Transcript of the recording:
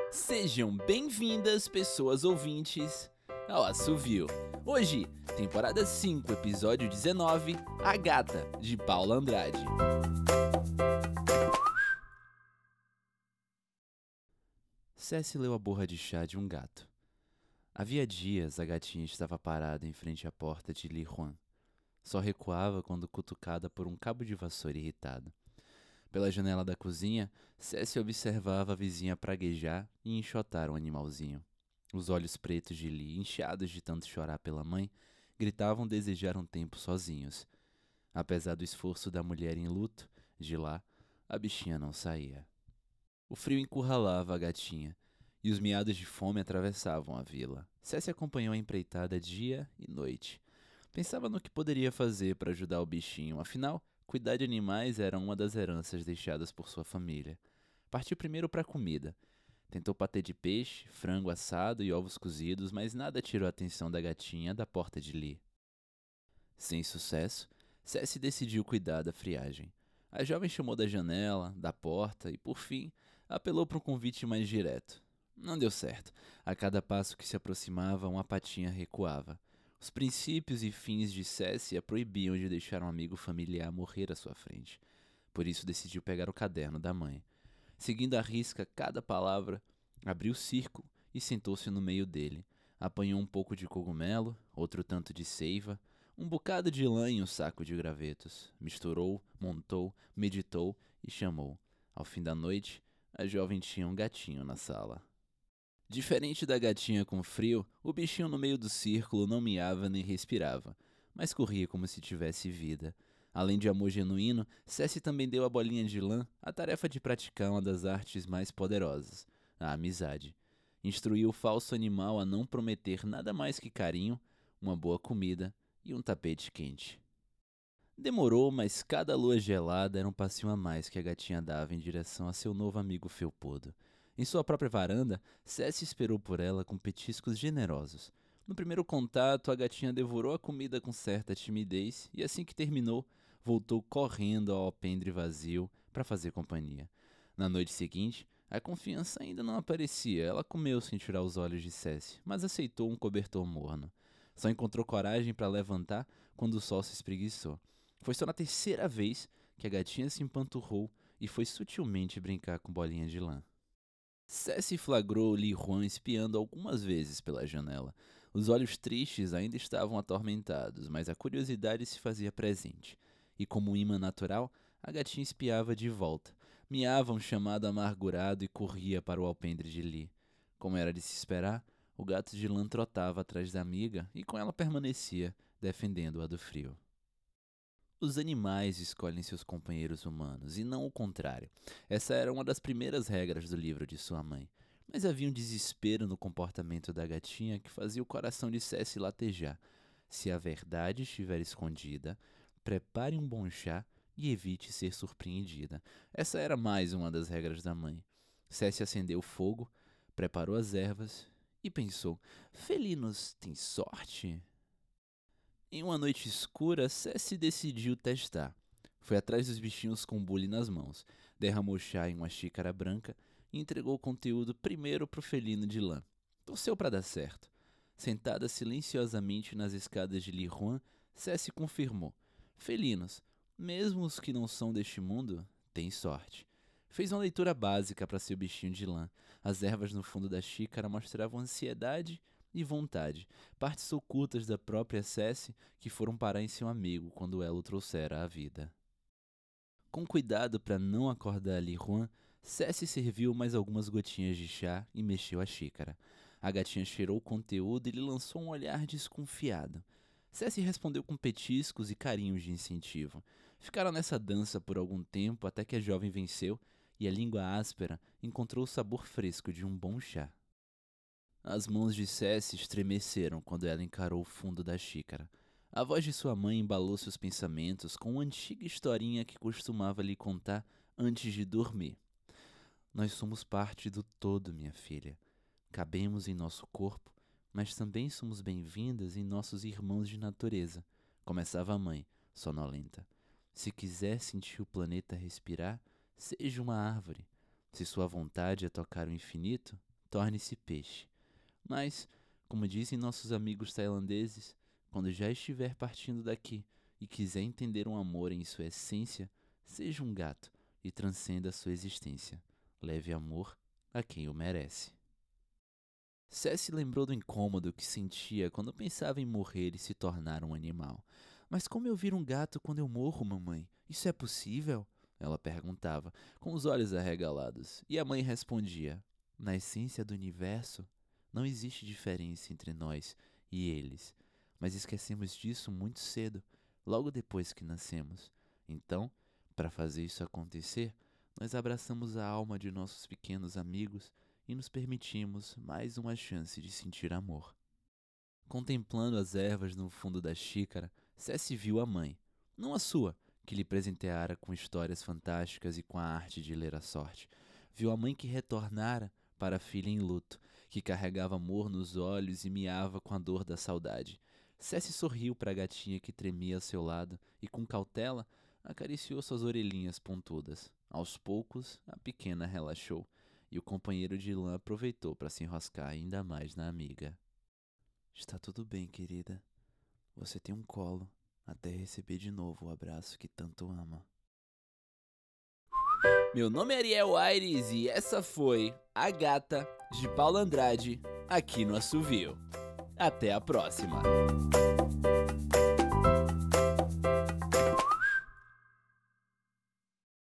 Sejam bem-vindas, pessoas ouvintes, ao Assovio. Hoje, temporada 5, episódio 19, A Gata, de Paula Andrade. Ceci leu a borra de chá de um gato. Havia dias a gatinha estava parada em frente à porta de Li Juan. Só recuava quando cutucada por um cabo de vassoura irritado. Pela janela da cozinha, Ceci observava a vizinha praguejar e enxotar o animalzinho. Os olhos pretos de Li, inchados de tanto chorar pela mãe, gritavam desejar um tempo sozinhos. Apesar do esforço da mulher em luto, de lá, a bichinha não saía. O frio encurralava a gatinha, e os miados de fome atravessavam a vila. Ceci acompanhou a empreitada dia e noite. Pensava no que poderia fazer para ajudar o bichinho, afinal, cuidar de animais era uma das heranças deixadas por sua família. Partiu primeiro para a comida. Tentou patê de peixe, frango assado e ovos cozidos, mas nada tirou a atenção da gatinha da porta de Li. Sem sucesso, Ceci decidiu cuidar da friagem. A jovem chamou da janela, da porta e, por fim, apelou para um convite mais direto. Não deu certo. A cada passo que se aproximava, uma patinha recuava. Os princípios e fins de Ceci a proibiam de deixar um amigo familiar morrer à sua frente. Por isso decidiu pegar o caderno da mãe. Seguindo à risca cada palavra, abriu o círculo e sentou-se no meio dele. Apanhou um pouco de cogumelo, outro tanto de seiva, um bocado de lã e um saco de gravetos. Misturou, montou, meditou e chamou. Ao fim da noite, a jovem tinha um gatinho na sala. Diferente da gatinha com frio, o bichinho no meio do círculo não miava nem respirava, mas corria como se tivesse vida. Além de amor genuíno, Ceci também deu à bolinha de lã a tarefa de praticar uma das artes mais poderosas, a amizade. Instruiu o falso animal a não prometer nada mais que carinho, uma boa comida e um tapete quente. Demorou, mas cada lua gelada era um passinho a mais que a gatinha dava em direção a seu novo amigo felpudo. Em sua própria varanda, Ceci esperou por ela com petiscos generosos. No primeiro contato, a gatinha devorou a comida com certa timidez e, assim que terminou, voltou correndo ao alpendre vazio para fazer companhia. Na noite seguinte, a confiança ainda não aparecia. Ela comeu sem tirar os olhos de Ceci, mas aceitou um cobertor morno. Só encontrou coragem para levantar quando o sol se espreguiçou. Foi só na terceira vez que a gatinha se empanturrou e foi sutilmente brincar com bolinha de lã. Ceci flagrou Li Juan espiando algumas vezes pela janela. Os olhos tristes ainda estavam atormentados, mas a curiosidade se fazia presente. E como um imã natural, a gatinha espiava de volta. Miava um chamado amargurado e corria para o alpendre de Li. Como era de se esperar, o gato de lã trotava atrás da amiga e com ela permanecia, defendendo-a do frio. Os animais escolhem seus companheiros humanos, e não o contrário. Essa era uma das primeiras regras do livro de sua mãe. Mas havia um desespero no comportamento da gatinha que fazia o coração de Ceci latejar. Se a verdade estiver escondida, prepare um bom chá e evite ser surpreendida. Essa era mais uma das regras da mãe. Ceci acendeu o fogo, preparou as ervas e pensou: felinos têm sorte? Em uma noite escura, Ceci decidiu testar. Foi atrás dos bichinhos com bule nas mãos, derramou chá em uma xícara branca e entregou o conteúdo primeiro para o felino de lã. Torceu para dar certo. Sentada silenciosamente nas escadas de Li Juan, Ceci confirmou: felinos, mesmo os que não são deste mundo, têm sorte. Fez uma leitura básica para seu bichinho de lã. As ervas no fundo da xícara mostravam ansiedade e vontade, partes ocultas da própria Ceci que foram parar em seu amigo quando ela o trouxera à vida. Com cuidado para não acordar Li Juan, Ceci serviu mais algumas gotinhas de chá e mexeu a xícara. A gatinha cheirou o conteúdo e lhe lançou um olhar desconfiado. Ceci respondeu com petiscos e carinhos de incentivo. Ficaram nessa dança por algum tempo até que a jovem venceu e a língua áspera encontrou o sabor fresco de um bom chá. As mãos de Ceci estremeceram quando ela encarou o fundo da xícara. A voz de sua mãe embalou seus pensamentos com uma antiga historinha que costumava lhe contar antes de dormir. Nós somos parte do todo, minha filha. Cabemos em nosso corpo, mas também somos bem-vindas em nossos irmãos de natureza, começava a mãe, sonolenta. Se quiser sentir o planeta respirar, seja uma árvore. Se sua vontade é tocar o infinito, torne-se peixe. Mas, como dizem nossos amigos tailandeses, quando já estiver partindo daqui e quiser entender um amor em sua essência, seja um gato e transcenda sua existência. Leve amor a quem o merece. Ceci lembrou do incômodo que sentia quando pensava em morrer e se tornar um animal. Mas como eu viro um gato quando eu morro, mamãe? Isso é possível? Ela perguntava, com os olhos arregalados. E a mãe respondia: na essência do universo, não existe diferença entre nós e eles. Mas esquecemos disso muito cedo, logo depois que nascemos. Então, para fazer isso acontecer, nós abraçamos a alma de nossos pequenos amigos e nos permitimos mais uma chance de sentir amor. Contemplando as ervas no fundo da xícara, Ceci viu a mãe, não a sua, que lhe presenteara com histórias fantásticas e com a arte de ler a sorte. Viu a mãe que retornara para a filha em luto, que carregava amor nos olhos e miava com a dor da saudade. Ceci sorriu para a gatinha que tremia ao seu lado e, com cautela, acariciou suas orelhinhas pontudas. Aos poucos, a pequena relaxou e o companheiro de lã aproveitou para se enroscar ainda mais na amiga. Está tudo bem, querida. Você tem um colo, até receber de novo o abraço que tanto ama. Meu nome é Ariel Aires e essa foi A Gata, de Paulo Andrade, aqui no Assovio. Até a próxima!